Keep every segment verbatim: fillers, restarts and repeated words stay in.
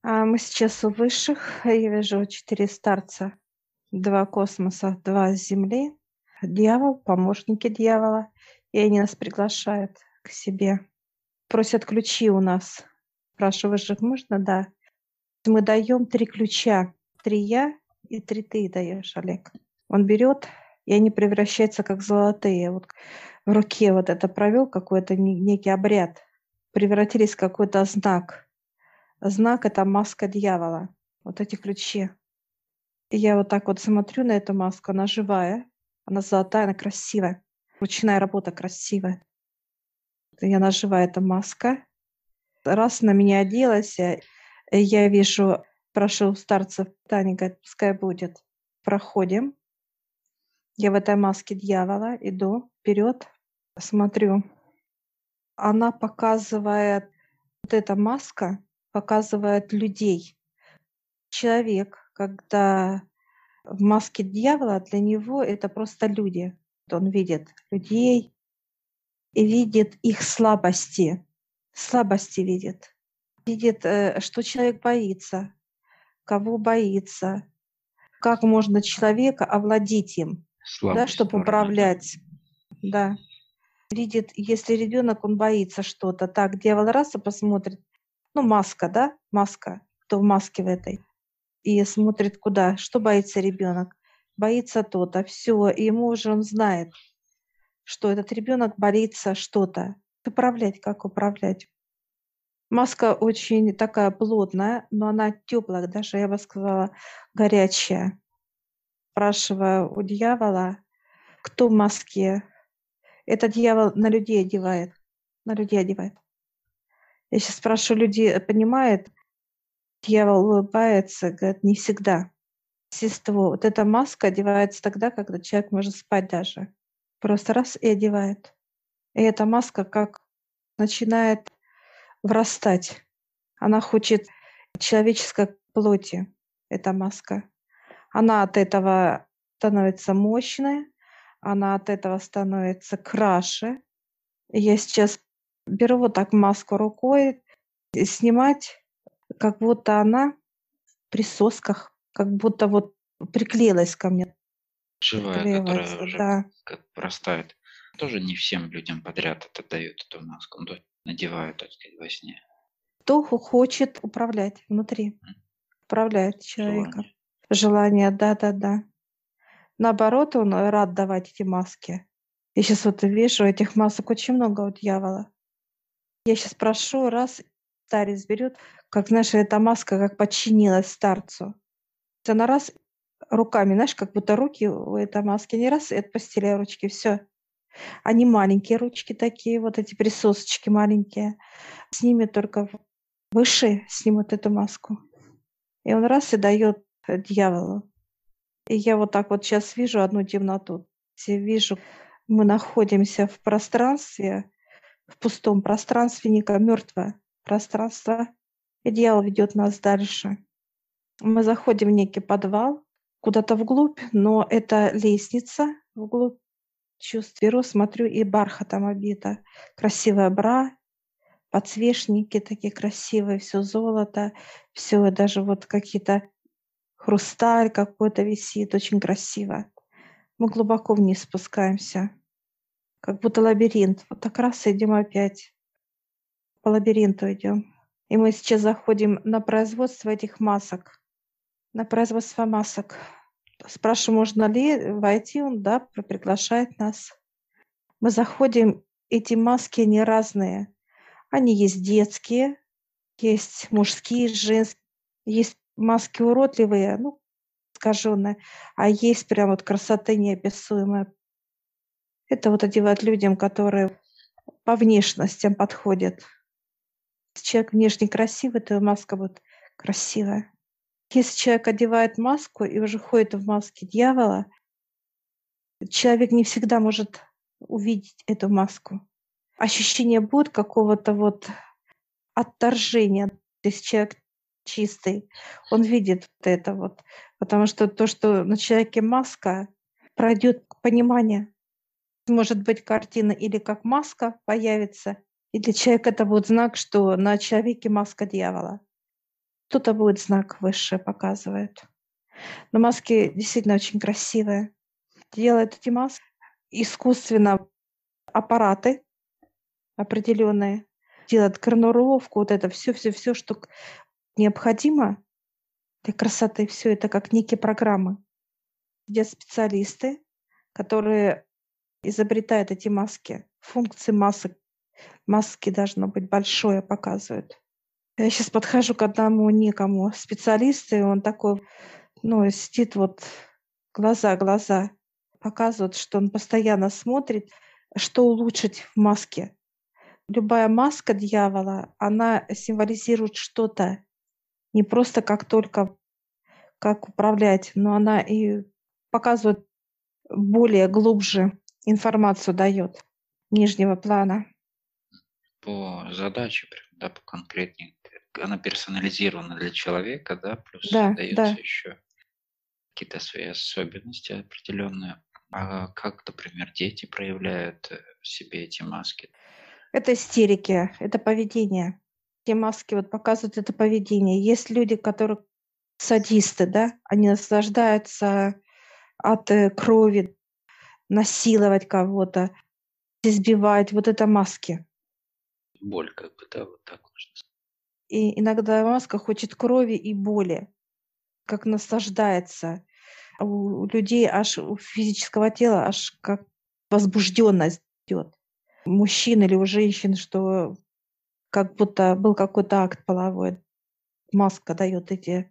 А, мы сейчас у высших. Я вижу четыре старца: два космоса, два с Земли, дьявол, помощники дьявола, и они нас приглашают к себе. Просят ключи у нас. Спрашиваю: "Высших можно?" "Да". Мы даем три ключа. три я и три ты даешь, Олег. Он берет, и они превращаются как золотые. Вот в руке вот это провел какой-то не некий обряд, превратились в какой-то знак. Знак — это маска дьявола. Вот эти ключи. И я вот так вот смотрю на эту маску. Она живая, она золотая, она красивая. Ручная работа красивая. И она живая, эта маска. Раз на меня оделась, э, я вижу, прошу у старцев, Таня говорит: "Пускай будет". Проходим. Я в этой маске дьявола иду вперед, смотрю. Она показывает, вот эта маска показывает людей. Человек, когда в маске дьявола, для него это просто люди. Он видит людей и видит их слабости. Слабости видит. Видит, э, что человек боится, кого боится, как можно человека овладеть им, да, Слабые чтобы стороны, да. управлять. Да. Видит, если ребенок, он боится что-то, так, дьявол раз и посмотрит, ну, маска, да, маска, кто в маске в этой, и смотрит куда, что боится ребенок. Боится то-то, всё, и ему уже он знает, что этот ребенок боится что-то. Управлять, как управлять? Маска очень такая плотная, но она тёплая, даже я бы сказала, горячая. Спрашиваю у дьявола: "Кто в маске?" Это дьявол на людей одевает, на людей одевает. Я щас спрашиваю, люди понимают? Дьявол улыбается, говорит: "Не всегда". Естество. Вот эта маска одевается тогда, когда человек может спать даже. Просто раз- и одевает. И эта маска как начинает врастать. Она хочет человеческой плоти, эта маска. Она от этого становится мощная, она от этого становится краше. И я сейчас беру вот так маску рукой, и снимать, как будто она в присосках, как будто вот приклеилась ко мне. Живая, которая Приклеивается, уже да. как простает. Тоже не всем людям подряд это дают, эту маску. Ну, то есть надевают, так сказать, во сне. Кто хо хочет управлять внутри, М. управляет человеком. Желание. Желание, да-да-да. Наоборот, он рад давать эти маски. Я щас вот вижу, этих масок очень много у дьявола. Я щас прошу, раз, старец берёт, как, знаешь, эта маска как подчинилась старцу. Вот она раз, руками, знаешь, как будто руки у этой маски, они раз- и отпустили ручки, всё. Они маленькие ручки такие, вот эти присосочки маленькие. Снимет только в высшие снимут эту маску. И он раз- и даёт, э, дьяволу. И я вот так вот щас вижу одну темноту. Те вижу, мы находимся в пространстве, в пустом пространстве, некое мёртвое пространство, и дьявол ведёт нас дальше. Мы заходим в некий подвал, куда-то вглубь, но это лестница вглубь. Чувств беру, смотрю, и бархатом обита. Красивая бра, подсвечники такие красивые, всё золото, всё, даже вот какие-то хрусталь какой-то висит, очень красиво. Мы глубоко вниз спускаемся, как будто лабиринт. Вот так раз- и идём опять. По лабиринту идём. И мы сейчас заходим на производство этих масок. На производство масок. Спрашиваю, можно ли войти, он, да, п приглашает нас. Мы заходим, эти маски, они разные. Они есть детские, есть мужские, женс есть маски уродливые, ну, искажённые, а есть прям вот красоты неописуемой. Это вот одевают людям, которые по внешностям подходят. Если человек внешне красивый, то и маска будет красивая. Если человек одевает маску и уже ходит в маске дьявола человек не всегда может увидеть эту маску. Ощущение будет какого-то вот отторжения. Если человек чистый, он видит вот это вот. Потому что то, что на человеке маска, пройдёт понимание. Может быть, картина или как маска появится, и для человека это будет знак, что на человеке маска дьявола. Кто-то будет знак выше показывает. Но маски действительно очень красивые. Делают эти маски искусственно аппараты определенные, делают гравировку, вот это все, все, все, что к- необходимо для красоты, все это как некие программы, где специалисты, которые изобретают эти маски, функции масок, маски должно быть большое показывают. Я сейчас подхожу к одному некому специалисту, и он такой, ну, сидит вот глаза, глаза, показывает, что он постоянно смотрит, что улучшить в маске. Любая маска дьявола, она символизирует что-то, не просто как только как управлять, но она и показывает более глубже информацию дает нижнего плана. По задаче, прям, да, по конкретнее. Она персонализирована для человека, да, плюс Да, да. дается еще какие-то свои особенности определенные. А как, например, дети проявляют э, в себе эти маски? Это истерики, это поведение. Те маски вот показывают это поведение. Есть люди, которые садисты, да, они наслаждаются от э, крови, насиловать кого-то, избивать. Вот это маски. Боль, как бы, да, вот так можно сказать. И иногда маска хочет крови и боли, как наслаждается. А У людей аж у физического тела аж как возбужденность идет. У мужчин или у женщин, что как будто был какой-то акт половой. Маска дает эти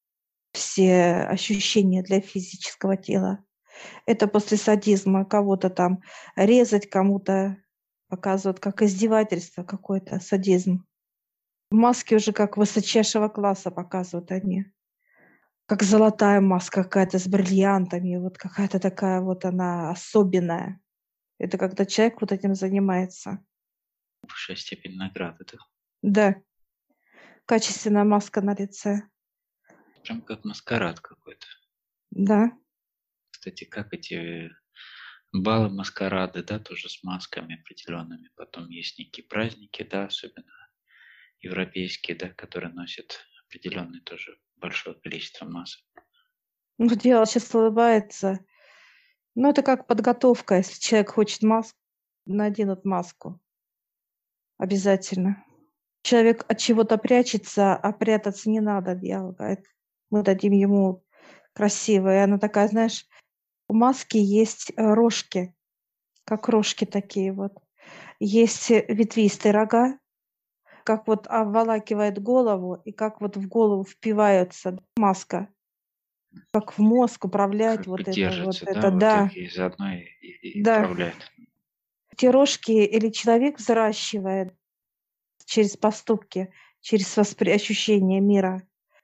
все ощущения для физического тела. Это после садизма кого-то там резать, кому-то показывают как издевательство какое-то, садизм. Маски уже как высочайшего класса показывают они. Как золотая маска какая-то с бриллиантами, вот какая-то такая вот она особенная. Это когда человек вот этим занимается. Высшая степень награды, да? Да, качественная маска на лице. Прям как маскарад какой-то. Да. Кстати, как эти балы маскарады, да, тоже с масками определенными. Потом есть некие праздники, да, особенно европейские, да, которые носят определенное тоже большое количество масок. Ну, дело сейчас улыбается. Ну, это как подготовка. Если человек хочет маску, наденут маску. Обязательно. Человек от чего-то прячется, а прятаться не надо, дьявол говорит. Мы дадим ему красивое. И она такая, знаешь, у маски есть э, рожки, как рожки такие вот. Есть э, ветвистые рога, как вот обволакивает голову, и как вот в голову впивается маска, как в мозг управляет Как бы вот это вот держится, да, это. вот Да, их и заодно и, и- и да. управляет. Эти рожки или человек взращивает через поступки, через воспри ощущение мира.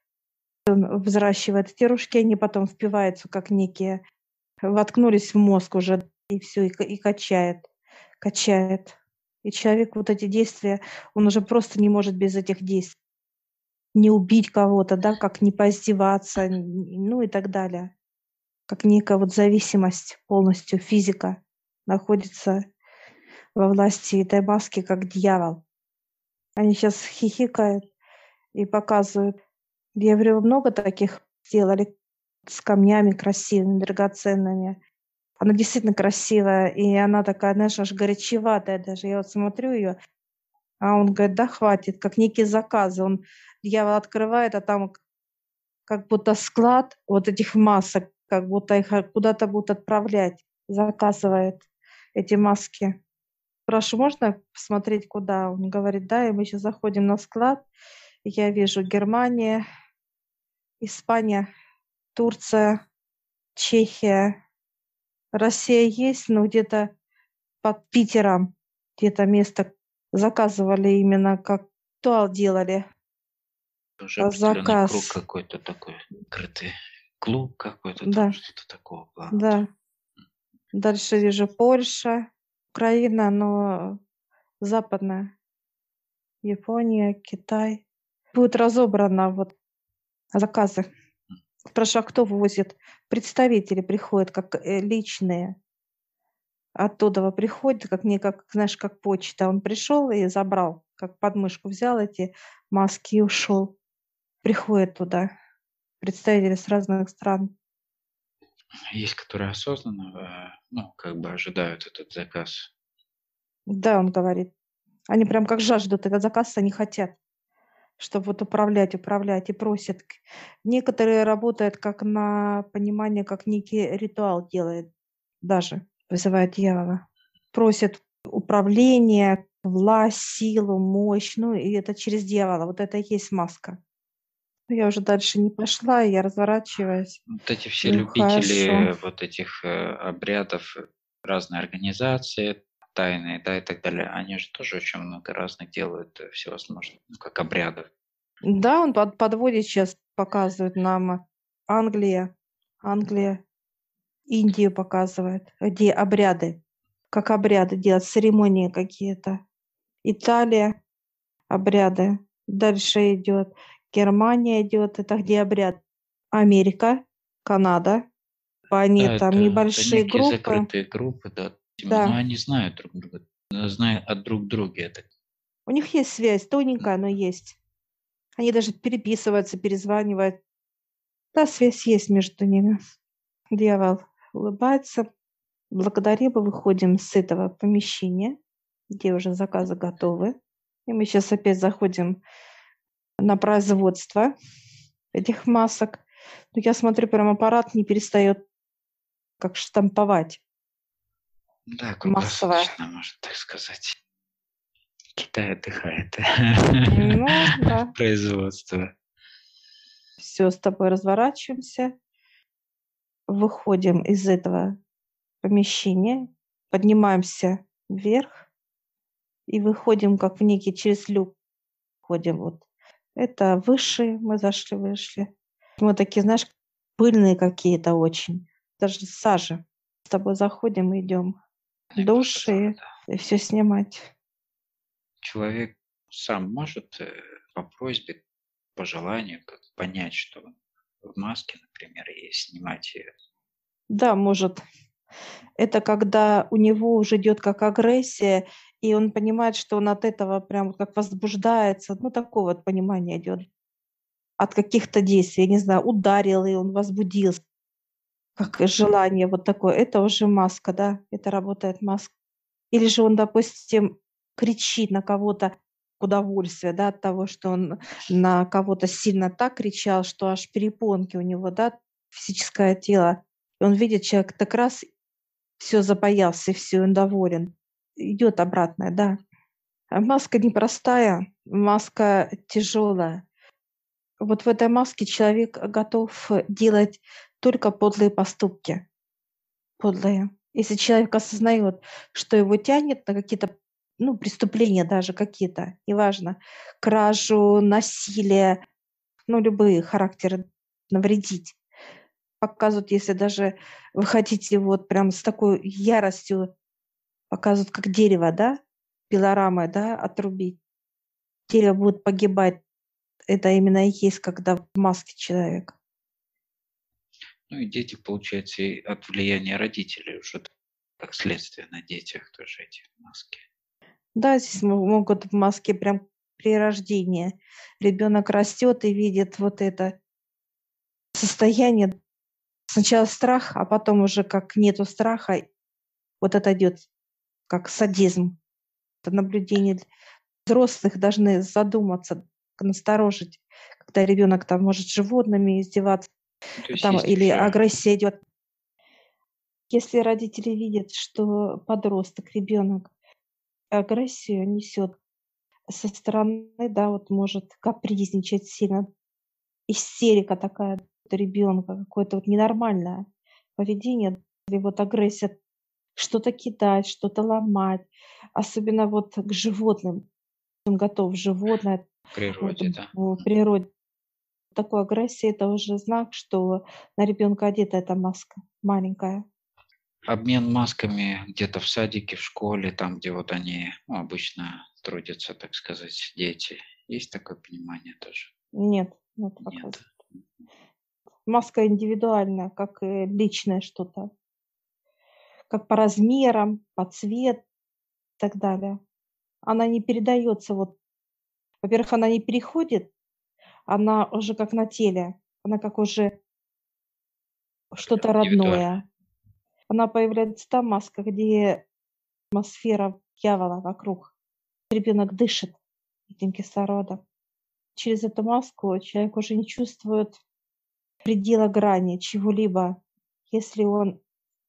Он взращивает эти рожки, они потом впиваются как некие, воткнулись в мозг уже, и все и ка и качает, качает. И человек вот эти действия, он уже просто не может без этих действий. Не убить кого-то, да, как не поиздеваться, н ну и так далее. Как некая вот зависимость полностью, физика находится во власти этой маски, как дьявол. Они сейчас хихикают и показывают. Я говорю, много таких сделали с камнями красивыми, драгоценными. Она действительно красивая, и она такая, знаешь, аж горячеватая даже. Я вот смотрю ее, а он говорит: "Да хватит", как некие заказы. Он дьявол открывает, а там к как будто склад вот этих масок, как будто их, а, куда-то будут отправлять. Заказывает эти маски. Спрашиваю: "Можно посмотреть, куда?" Он говорит: "Да". И мы сейчас заходим на склад. И я вижу Германия, Испания, Турция, Чехия. Россия есть, но где-то под Питером, где-то место заказывали именно как ритуал делали. Тоже А, определенный круг заказ. какой-то такой, крытый клуб какой-то Да, там, что-то такого плана. да. Дальше вижу Польша, Украина, но западная, Япония, Китай. Будет разобрано вот заказы. Спрашиваю: "А кто вывозит?" Представители приходят как, э, личные. Оттудова приходит, как мне, как, знаешь, как почта. Он пришел и забрал, как подмышку взял эти маски и ушел. приходят туда представители с разных стран. Есть, которые осознанно, э, ну, как бы ожидают этот заказ. Да, он говорит. Они прям как жаждут этот заказ, они хотят, чтобы вот управлять, управлять и просят. К- Некоторые работают как на понимание, как некий ритуал делает даже, вызывает дьявола. Просят управление, власть, силу, мощь, ну и это через дьявола. Вот это и есть маска. Ну, я уже дальше не пошла, и я разворачиваюсь Вот эти все и ухожу. любители вот этих э, обрядов, э, разные организации, тайные, да, и так далее, они же тоже очень много разных делают э, всевозможных, ну, как обрядов. Да, он под- подводит сейчас, показывает нам Англия, Англия, Индию показывает, где обряды, как обряды делать, церемонии какие-то. Италия, обряды. Дальше идет Германия идет, это где обряд. Америка, Канада. Они Да, там это, это небольшие некие группы. закрытые группы, да, но Да, они знают друг друга, э, знают от друг друга это. у них есть связь, тоненькая, но есть. Они даже переписываются, перезванивают. Да, связь есть между ними. Дьявол улыбается. Благодарим, мы выходим с этого помещения, где уже заказы готовы. И мы сейчас опять заходим на производство этих масок. Но я смотрю, прям аппарат не перестает как штамповать Да, массово. круглосуточно, можно так сказать. Китай отдыхает. Ну, да. Производство. Все, с тобой разворачиваемся, выходим из этого помещения, поднимаемся вверх и выходим как в некий через люк. Ходим вот. Это выше, мы зашли, вышли. Мы такие, знаешь, пыльные какие-то очень. Даже сажа. С тобой заходим, идем Я бы душ сказал, и, да. и все снимать. Человек сам может э, по просьбе, по желанию как понять, что в маске, например, и снимать ее. Да, может. Это когда у него уже идет как агрессия, и он понимает, что он от этого прям вот как возбуждается. Ну, такое вот понимание идет. От каких-то действий, я не знаю, ударил, и он возбудился. Как желание вот такое. Это уже маска, да, это работает маска. Или же он, допустим, кричит на кого-то удовольствие, да, от того, что он на кого-то сильно так кричал, что аж перепонки у него, да, физическое тело. И он видит, человек так раз все запаялся, и все, он доволен. Идет обратное, да. А маска непростая, маска тяжелая. Вот в этой маске человек готов делать только подлые поступки. Подлые. Если человек осознает, что его тянет на какие-то, ну, преступления даже какие-то, неважно, кражу, насилие, ну, любые характеры навредить. Показывают, если даже вы хотите вот прям с такой яростью, показывают, как дерево, да, пилорамой, да, отрубить. Дерево будет погибать. Это именно и есть, когда в маске человек. Ну и дети, получается, и от влияния родителей уже как следствие на детях тоже эти маски. Да, здесь мо могут в маске прям при рождении. Ребенок растет и видит вот это состояние. Сначала страх, а потом уже как нету страха, вот это идет как садизм. Это наблюдение. Взрослых должны задуматься, насторожить, когда ребенок там может животными издеваться, То есть там есть или уже агрессия идет. Если родители видят, что подросток, ребенок агрессию несет со стороны, да, вот может капризничать сильно, истерика такая ребенка, какое-то вот ненормальное поведение, или вот агрессия, что-то кидать, что-то ломать, особенно вот к животным. Он готов животное, в вот природе, да. в природе такой агрессии, это уже знак, что на ребенка одета эта маска маленькая. Обмен масками где-то в садике, в школе, там, где вот они, ну, обычно трудятся, так сказать, дети. Есть такое понимание тоже? Нет, нет, Нет. показывает. Маска индивидуальная, как э, личное что-то, как по размерам, по цвету и так далее. Она не передается вот, во-первых, она не переходит, Она уже как на теле, она как уже Как-то что-то индивидуально. родное. Она появляется та маска, где атмосфера дьявола вокруг. Ребенок дышит этим кислородом. Через эту маску человек уже не чувствует предела грани чего-либо. Если он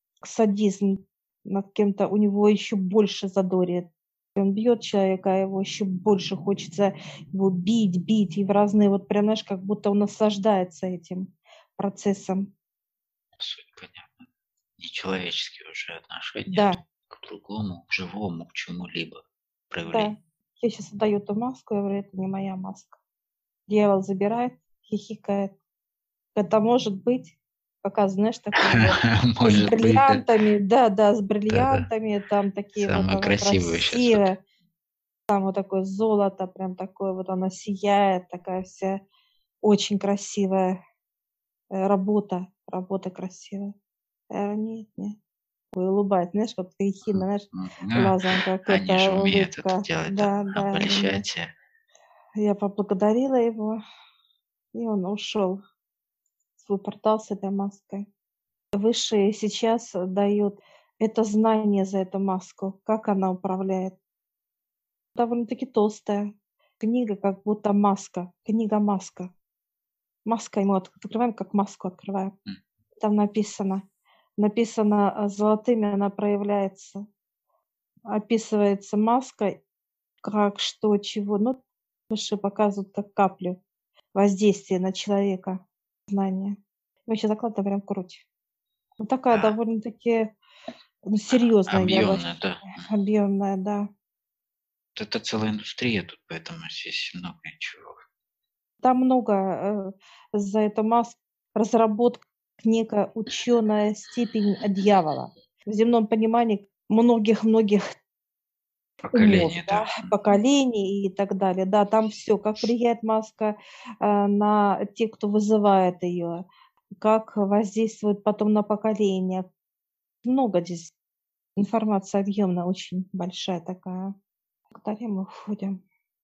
садизм над кем-то, у него еще больше задорит. Он бьет человека, а его еще больше хочется его бить, бить. И в разные, вот прям, знаешь, как будто он наслаждается этим процессом. Суть понятна. Нечеловеческие уже отношения Да, к другому, к живому, к чему-либо да. проявлению. Я сейчас отдаю эту маску, я говорю, это не моя маска. Дьявол забирает, хихикает. Это может быть, показывает, знаешь, такую вот с Может быть, да. бриллиантами, да-да, с Да-да. бриллиантами, там такие вот Самое она красивое сейчас вот. красивая, там вот такое золото, прям такое вот она сияет, такая вся очень красивая э, работа, работа красивая. Э, нет, нет. Ой, улыбается, знаешь, вот ехидно, знаешь, Мгм. А, глазом, как они это же умеют это улыбка. делать, да, Да, да, именно. обольщать себя. Я поблагодарила его, и он ушел в свой портал с этой маской. Высшие сейчас дают это знание за эту маску, как она управляет. Довольно-таки толстая книга, как будто маска, книга-маска. Маска ему от открываем, как маску открываем. М. Там написано написано, а, золотыми она проявляется. Описывается маска, как, что, чего. Ну, выше показывают как каплю воздействия на человека, знание. Вообще заклад прям круть. Ну, такая Да, довольно-таки, ну, серьезная, я бы объемно, сказала, да. М. объемная, да. Вот это целая индустрия тут, поэтому здесь много чего. Там много, э, за эту маску разработка, некая ученая степень дьявола. В земном понимании многих-многих умов, Поколение, да, да. Мгм. поколений и так далее. Да, там все, как влияет маска, а, на тех, кто вызывает ее, как воздействует потом на поколение. Много здесь информация объемная, очень большая такая. Благодарим и уходим.